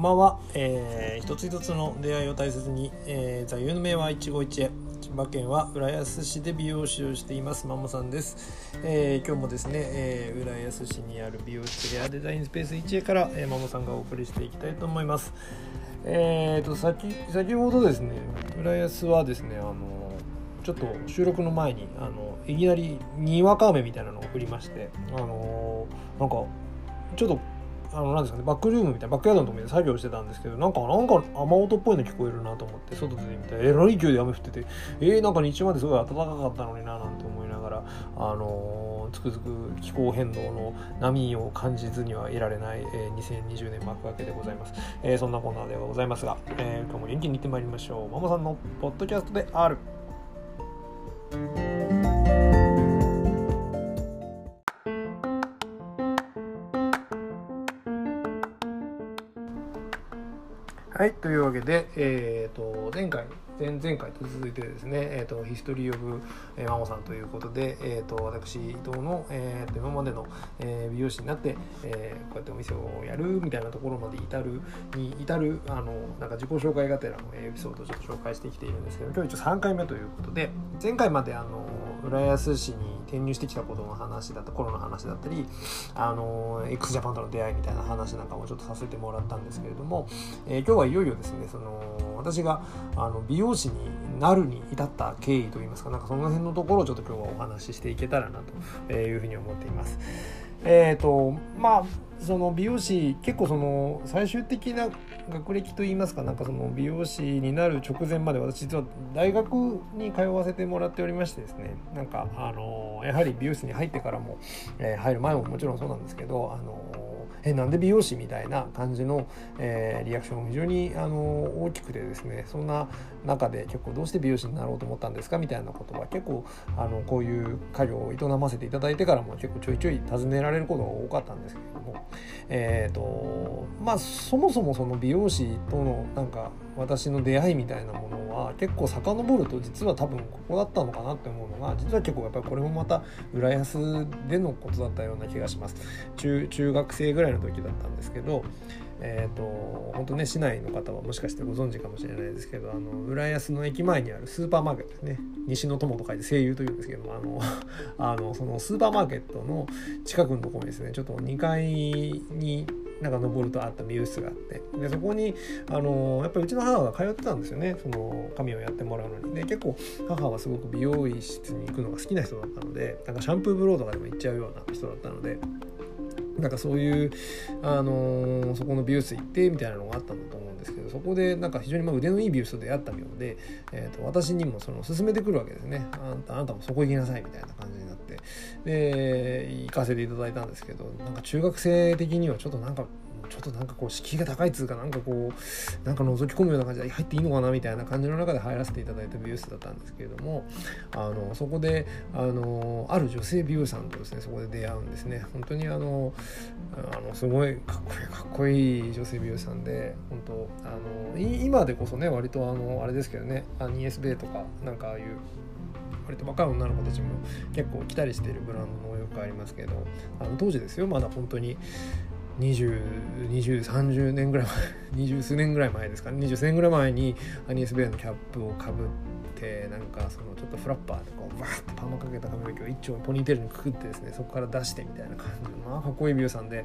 んばんは。一つ一つの出会いを大切に、座右の銘は一期一会。千葉県は浦安市で美容師をしていますマモさんです。今日もですね、浦安市にある美容室レアデザインスペース一会から、マモさんがお送りしていきたいと思います。先ほどですね、浦安はですね、ちょっと収録の前にいきなりにわか雨みたいなのを送りまして、なんかちょっとなんですかね、バックルームみたいなバックヤードのところで作業してたんですけど、なんか雨音っぽいの聞こえるなと思って外で見たらえらい勢いで雨降ってて、なんか日中まですごい暖かかったのにななんて思いながら、つくづく気候変動の波を感じずにはいられない、2020年幕開けでございます。そんなコーナーではございますが、今日も元気にいってまいりましょう。マモさんのポッドキャストである。はい、というわけで、前回と続いてですね、ヒストリー・オブ・マモさんということで、私伊藤の、今までの、美容師になって、こうやってお店をやるみたいなところまで至るなんか自己紹介がてらのエピソードをちょっと紹介してきているんですけど、今日一応3回目ということで、前回まで浦安市に転入してきた頃の話だった頃の話だったり、x ジャパンとの出会いみたいな話なんかもちょっとさせてもらったんですけれども、今日はいよいよですね、私が美容師になるに至った経緯といいますか、なんかその辺のところをちょっと今日はお話ししていけたらなというふうに思っています。その美容師結構その最終的な学歴といいますか、なんかその美容師になる直前まで私実は大学に通わせてもらっておりましてですね、なんかやはり美容室に入ってからも、入る前ももちろんそうなんですけど、なんで美容師みたいな感じの、リアクションが非常に大きくてですね、そんな中で結構どうして美容師になろうと思ったんですかみたいなことは結構こういう家業を営ませていただいてからも結構ちょいちょい尋ねられることが多かったんですけれども、そもそもその美容師とのなんか私の出会いみたいなものは結構遡ると実は多分ここだったのかなって思うのが、実は結構やっぱりこれもまた浦安でのことだったような気がします。中学生ぐらいの時だったんですけど、本当ね、市内の方はもしかしてご存知かもしれないですけど、浦安の駅前にあるスーパーマーケットですね、西の友と書いて西友というんですけども、そのスーパーマーケットの近くのところにですね、ちょっと2階になんか登るとあった美容室があって、でそこにやっぱりうちの母が通ってたんですよね、その髪をやってもらうのに。で結構母はすごく美容室に行くのが好きな人だったので、なんかシャンプーブローとかでも行っちゃうような人だったので、なんかそういうそこの美容室行ってみたいなのがあったんだと思うんですけど、そこでなんか非常に腕のいい美容室と出会ったようで、私にもその勧めてくるわけですね。あなたもそこ行きなさいみたいな感じになって、で行かせていただいたんですけど、なんか中学生的にはちょっとなんかこう敷居が高いっつうか、なんかこうなんか覗き込むような感じで入っていいのかなみたいな感じの中で入らせていただいた美容室だったんですけれども、そこである女性美容師さんとですね、そこで出会うんですね。本当にすごいかっこいい女性美容師さんで、本当今でこそね、割とあれですけどね、ニエスベイとかなんかああいう割と若い女の子たちも結構来たりしているブランドもよくありますけど、当時ですよ、まだ本当に30年ぐらい前20数年ぐらい前ですかね、20数年ぐらい前にアニエスベイのキャップをかぶって、なんかそのちょっとフラッパーでこうバーッとパーマかけた髪の毛を一丁ポニーテールにくくってですね、そこから出してみたいな感じのかっこいい美容師さんで、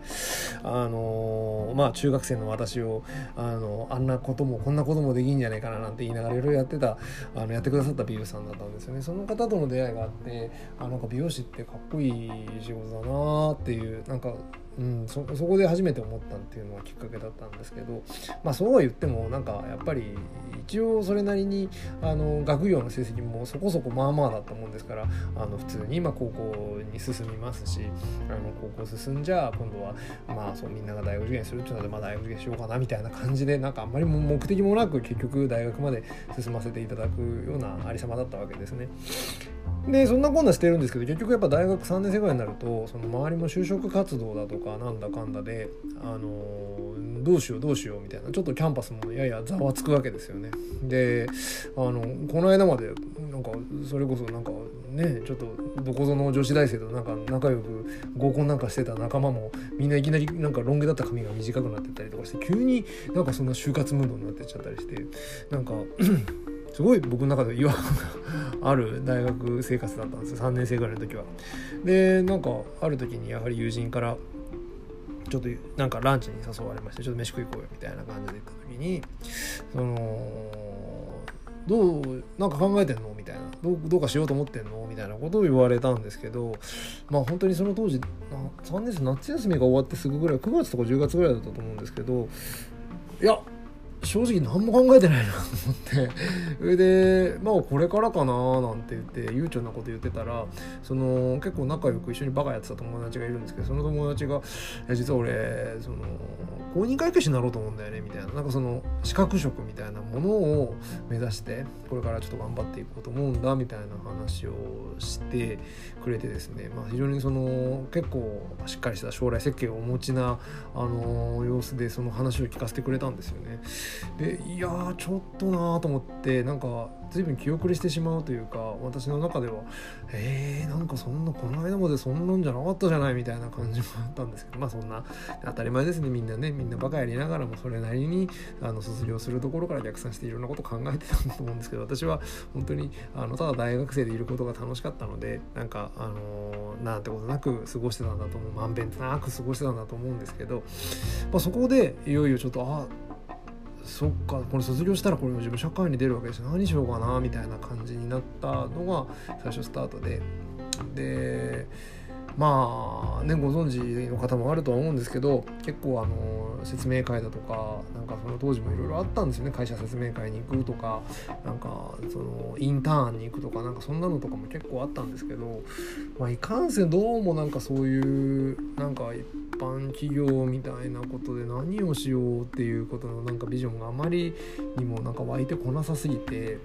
中学生の私をあんなこともこんなこともできんじゃないかななんて言いながらいろいろやってくださった美容師さんだったんですよね。その方との出会いがあって、なんか美容師ってかっこいい仕事だなっていう、なんかそこで初めて思ったっていうのがきっかけだったんですけど、そうは言ってもなんかやっぱり一応それなりに学業の成績もそこそこまあまあだったもんですから、普通に今高校に進みますし、高校進んじゃ今度はみんなが大学受験するっていうので、大学受験しようかなみたいな感じで、なんかあんまり目的もなく結局大学まで進ませていただくようなありさまだったわけですね。でそんなこんなしてるんですけど、結局やっぱ大学3年生ぐらいになると、その周りも就職活動だとかなんだかんだで、どうしようみたいな、ちょっとキャンパスもややざわつくわけですよね。でこの間までなんかそれこそなんかねちょっとどこぞの女子大生となんか仲良く合コンなんかしてた仲間もみんないきなりなんかロン毛だった髪が短くなってったりとかして急になんかそんな就活ムードになってっちゃったりしてなんかすごい僕の中で違和感がある大学生活だったんですよ3年生ぐらいの時は。でなんかある時にやはり友人からちょっとなんかランチに誘われましてちょっと飯食い行こうよみたいな感じで行った時にどうなんか考えてんのみたいなどうかしようと思ってんのみたいなことを言われたんですけどまあ本当にその当時3年生夏休みが終わってすぐぐらい9月とか10月ぐらいだったと思うんですけどいや正直何も考えてないなと思ってそれでまあこれからかななんて言って悠長なこと言ってたら結構仲良く一緒にバカやってた友達がいるんですけどその友達が実は俺公認会計士になろうと思うんだよねみたいななんか資格職みたいなものを目指してこれからちょっと頑張っていこうと思うんだみたいな話をしてくれてですね、まあ、非常に結構しっかりした将来設計をお持ちな様子でその話を聞かせてくれたんですよね。でいやーちょっとなーと思ってなんか随分気遅れしてしまうというか私の中ではなんかそんなこの間までそんなんじゃなかったじゃないみたいな感じもあったんですけどまあそんな当たり前ですねみんなバカやりながらもそれなりに卒業するところから逆算していろんなことを考えてたと思うんですけど私は本当にただ大学生でいることが楽しかったのでなんかなんてことなく過ごしてたんだと思うまんべんなく過ごしてたんだと思うんですけど、まあ、そこでいよいよちょっとそっかこれ卒業したらこれ自分社会に出るわけですよ何しようかなみたいな感じになったのが最初スタートでまあねご存知の方もあるとは思うんですけど結構説明会だとかなんかその当時もいろいろあったんですよね会社説明会に行くとかなんかインターンに行くとかなんかそんなのとかも結構あったんですけど、まあ、いかんせんどうもなんかそういうなんか一般企業みたいなことで何をしようっていうことのなんかビジョンがあまりにもなんか湧いてこなさすぎて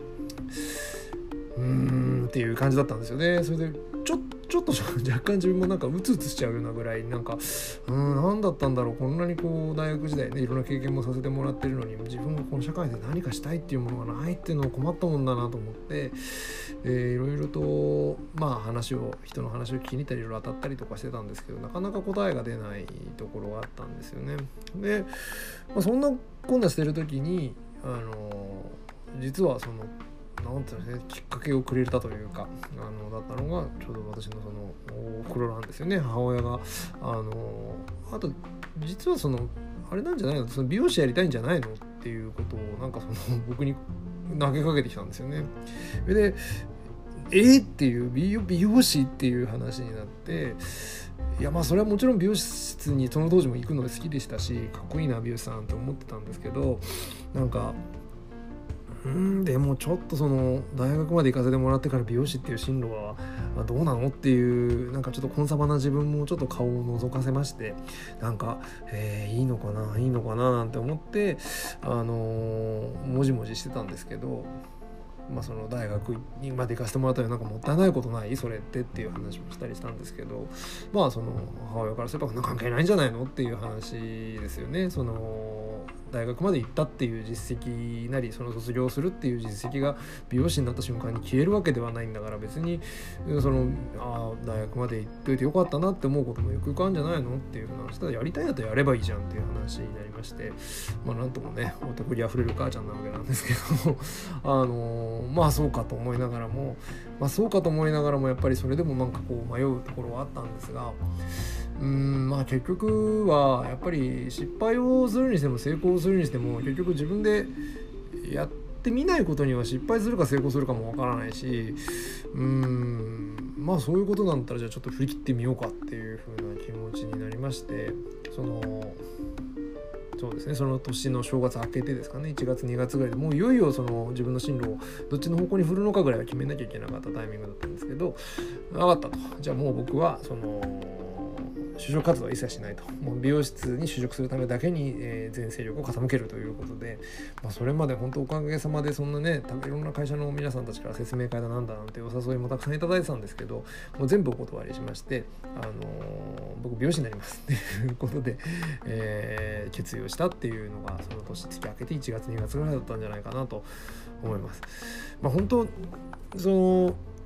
っていう感じだったんですよね。それでちょっと若干自分もなんかうつうつしちゃうようなぐらいなんか何だったんだろうこんなにこう大学時代ねいろんな経験もさせてもらってるのに自分がこの社会で何かしたいっていうものがないっていうのは困ったもんだなと思っていろいろとまあ人の話を聞きに行ったりいろいろ当たったりとかしてたんですけどなかなか答えが出ないところがあったんですよね。で、まあ、そんなこんなしてる時に実はなんていうんですね、きっかけをくれたというかだったのがちょうど私のおふくろなんですよね。母親があと実はあれなんじゃないの美容師やりたいんじゃないのっていうことをなんか僕に投げかけてきたんですよね。でっていう美容師っていう話になっていやまあそれはもちろん美容室にその当時も行くのが好きでしたしかっこいいな美容師さんって思ってたんですけどなんかでもちょっと大学まで行かせてもらってから美容師っていう進路はどうなのっていうなんかちょっとコンサバな自分もちょっと顔を覗かせましてなんかいいのかななんて思ってもじもじしてたんですけどまあ、大学にまで行かせてもらったらなんかもったいないことないそれっていう話もしたりしたんですけどまあ母親からすれば関係ないんじゃないのっていう話ですよね。大学まで行ったっていう実績なり卒業するっていう実績が美容師になった瞬間に消えるわけではないんだから別に大学まで行っといてよかったなって思うこともよくよくあるんじゃないのっていう話ただやりたいんだったらやればいいじゃんっていう話になりましてまあなんともねお得にあふれる母ちゃんなわけなんですけどまあそうかと思いながらもやっぱりそれでもなんかこう迷うところはあったんですがまあ結局はやっぱり失敗をするにしても成功するにしても結局自分でやってみないことには失敗するか成功するかもわからないしまあそういうことなんだったらじゃあちょっと振り切ってみようかっていう風な気持ちになりましてそうですねその年の正月明けてですかね1月2月ぐらいでもういよいよ自分の進路をどっちの方向に振るのかぐらいは決めなきゃいけなかったタイミングだったんですけど分かったとじゃあもう僕は就職活動は一切しないともう美容室に就職するためだけに、全勢力を傾けるということで、それまで本当おかげさまでそんなねいろんな会社の皆さんたちから説明会だなんだなんてお誘いもたくさんいただいてたんですけどもう全部お断りしまして僕美容師になりますっていうことで、決意をしたっていうのがその年月明けて1月2月ぐらいだったんじゃないかなと思います。本当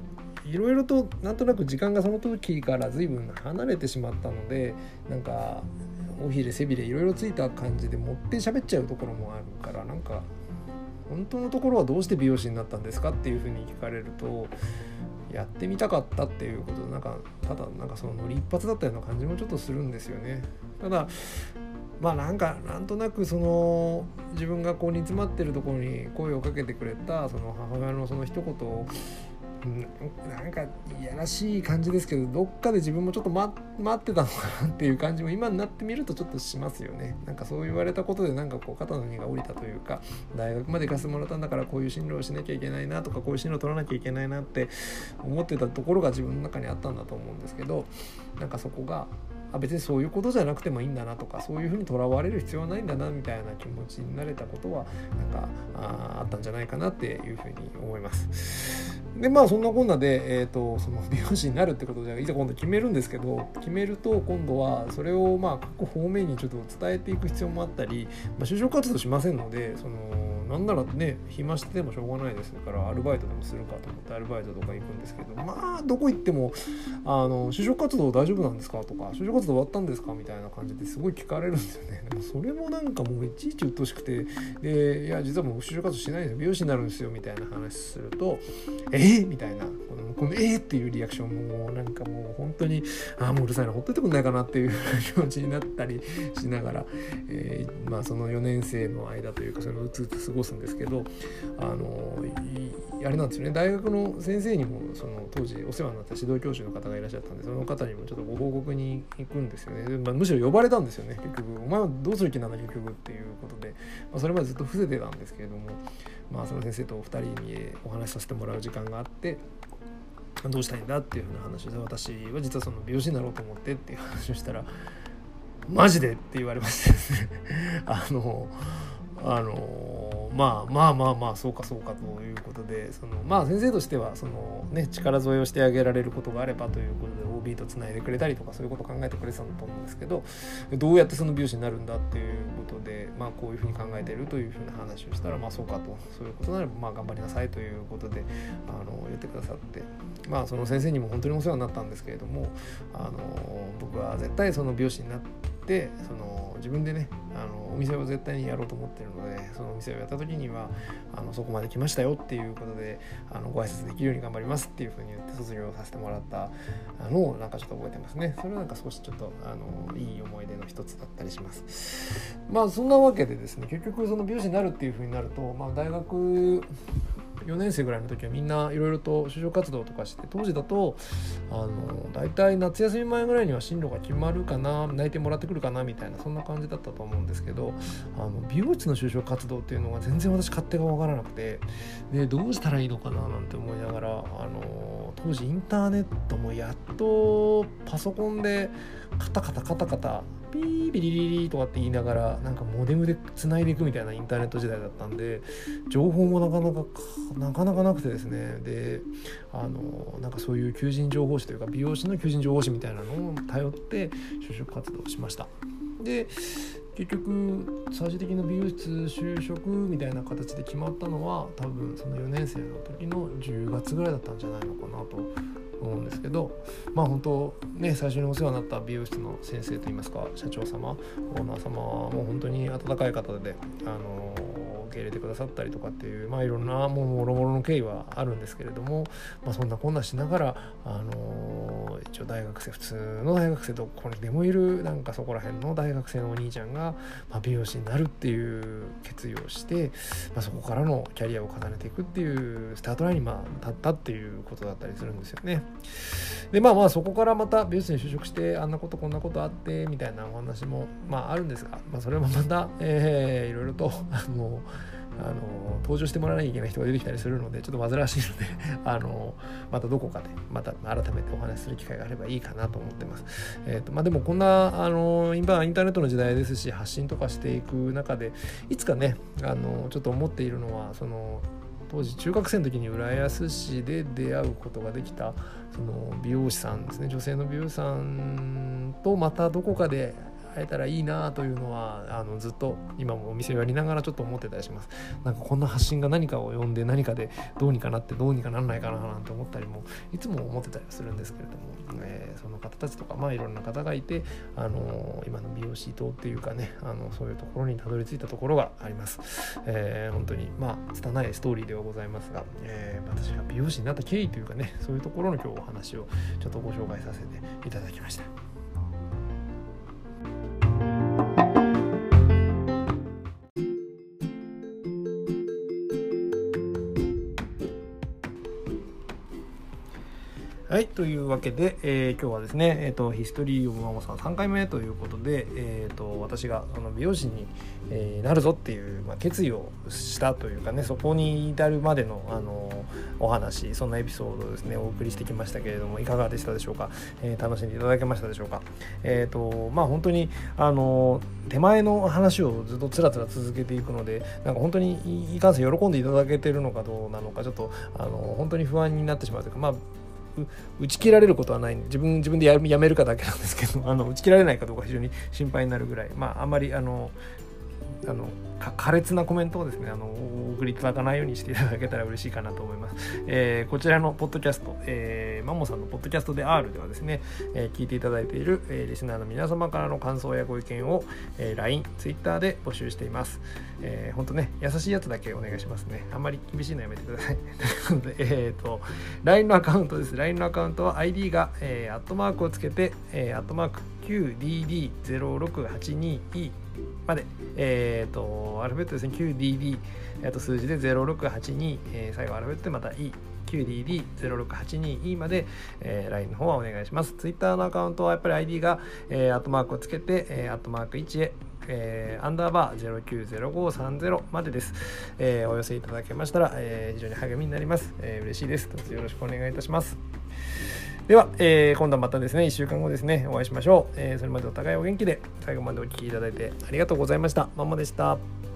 いろいろとなんとなく時間がその時から随分離れてしまったので、なんか尾ひれ背びれいろいろついた感じで持って喋っちゃうところもあるから、なんか本当のところはどうして美容師になったんですかっていうふうに聞かれると、やってみたかったっていうことで、ただそのノリ一発だったような感じもちょっとするんですよね。ただなんとなくその自分がこう煮詰まってるところに声をかけてくれたその母親のその一言を、なんかいやらしい感じですけど、どっかで自分もちょっと待ってたのかなっていう感じも今になってみるとちょっとしますよね。なんかそう言われたことでなんかこう肩の荷が下りたというか、大学まで行かせてもらったんだからこういう進路をしなきゃいけないなとか、こういう進路を取らなきゃいけないなって思ってたところが自分の中にあったんだと思うんですけど、なんかそこが別にそういうことじゃなくてもいいんだなとか、そういうふうにとらわれる必要はないんだなみたいな気持ちになれたことはなんかあったんじゃないかなっていうふうに思います。でそんなこんなで、その美容師になるってことでいざ今度決めるんですけど、決めると今度はそれを各方面にちょっと伝えていく必要もあったり、就職活動しませんので、なんならね暇しててもしょうがないですからアルバイトでもするかと思ってアルバイトとか行くんですけど、どこ行っても就職活動大丈夫なんですかとか、就職活動終わったんですかみたいな感じですごい聞かれるんですよね。でもそれもなんかもういちいち鬱陶しくて、でいや実はもう就職活動しないんですよ、美容師になるんですよみたいな話するとみたいなこのっていうリアクションもなんかもう本当にもううるさいな、ほっといてくんないかなっていう気持ちになったりしながら、その4年生の間というかそれをうつうつ過ごすんですけど、あれなんですよね、大学の先生にもその当時お世話になった指導教授の方がいらっしゃったんで、その方にもちょっとご報告に行くんですよね。でむしろ呼ばれたんですよね。結局お前はどうする気なんだ結局っていうことで、それまでずっと伏せてたんですけれども、その先生とお二人にお話しさせてもらう時間があって、どうしたいんだっていうふうな話で、私は実はその美容師になろうと思ってっていう話をしたら、マジでって言われましてですねそうかということで、先生としては力添えをしてあげられることがあればということで OB とつないでくれたりとか、そういうことを考えてくれてたんだと思うんですけど、どうやってその美容師になるんだっていうことで、こういうふうに考えているというふうな話をしたら、そうかと、そういうことならば頑張りなさいということで言ってくださって、その先生にも本当にお世話になったんですけれども、僕は絶対その美容師になって自分でねお店を絶対にやろうと思ってるので、そのお店をやった時にはそこまで来ましたよっていうことでご挨拶できるように頑張りますっていうふうに言って卒業させてもらったのをなんかちょっと覚えてますね。それはなんか少しちょっといい思い出の一つだったりします。そんなわけでですね、結局その美容師になるっていうふうになると、大学4年生ぐらいの時はみんないろいろと就職活動とかして、当時だとだいたい夏休み前ぐらいには進路が決まるかな、内定もらってくるかなみたいな、そんな感じだったと思うんですけど、美容室の就職活動っていうのが全然私勝手が分からなくて、でどうしたらいいのかななんて思いながら、当時インターネットもやっとパソコンでカタカタピービリリリとかって言いながらなんかモデムで繋いでいくみたいなインターネット時代だったんで、情報もなかなかなくてですね、でなんかそういう求人情報誌というか美容師の求人情報誌みたいなのを頼って就職活動をしました。で結局最終的な美容室就職みたいな形で決まったのは多分その4年生の時の10月ぐらいだったんじゃないのかなと思うんですけど、本当ね、最初にお世話になった美容室の先生といいますか社長様オーナー様はもう本当に温かい方で受け入れてくださったりとかっていういろんなもろもろの経緯はあるんですけれども、そんなこんなしながら一応大学生、普通の大学生どこにでもいるなんかそこら辺の大学生のお兄ちゃんが、美容師になるっていう決意をして、そこからのキャリアを重ねていくっていうスタートラインに立ったっていうことだったりするんですよね。でそこからまた美容室に就職してあんなことこんなことあってみたいなお話もあるんですが、それもまた、いろいろと登場してもらわなきゃいけない人が出てきたりするのでちょっと煩わしいのでまたどこかでまた改めてお話しする機会があればいいかなと思ってます。でもこんな今インターネットの時代ですし、発信とかしていく中でいつかねちょっと思っているのは、当時中学生の時に浦安市で出会うことができたその美容師さんですね、女性の美容師さんとまたどこかで会えたらいいなというのはずっと今もお店をやりながらちょっと思ってたりします。なんかこんな発信が何かを呼んで何かでどうにかなってどうにかなんないかななんて思ったりもいつも思ってたりするんですけれども、その方たちとかいろんな方がいて今の美容師党っていうかねそういうところにたどり着いたところがあります。本当に拙いストーリーではございますが、私が美容師になった経緯というかね、そういうところの今日お話をちょっとご紹介させていただきました。はい、というわけで、今日はですね、ヒストリー・オブ・マモさん3回目ということで、私が美容師に、なるぞっていう、決意をしたというかね、そこに至るまでの、お話、そんなエピソードをですねお送りしてきましたけれども、いかがでしたでしょうか。楽しんでいただけましたでしょうか。本当に手前の話をずっとつらつら続けていくので、なんか本当にいかんせん喜んでいただけているのかどうなのか、ちょっと本当に不安になってしまうというか、打ち切られることはないんで、自分でやめるかだけなんですけど、打ち切られないかどうか非常に心配になるぐらい、あんまり苛烈なコメントをですねお送りいただかないようにしていただけたら嬉しいかなと思います。こちらのポッドキャスト、マモさんのポッドキャストで R ではですね、聞いていただいている、リスナーの皆様からの感想やご意見を、LINE、Twitter で募集しています。本当ね、優しいやつだけお願いしますね。あんまり厳しいのやめてください。ということで、LINE のアカウントです。LINE のアカウントは ID が、アットマークをつけて、アットマーク QDD0682E まで、アルファベットですね、QDD、数字で0682、最後アルファベットでまた QDD0682E まで、LINE の方はお願いします。Twitter のアカウントはやっぱり ID が、アットマークをつけて、アットマーク1へ、アンダーバー090530までです。お寄せいただけましたら、非常に励みになります。嬉しいです。どうぞよろしくお願いいたします。では、今度はまたですね1週間後ですねお会いしましょう。それまでお互いお元気で最後までお聞きいただいてありがとうございました。ママでした。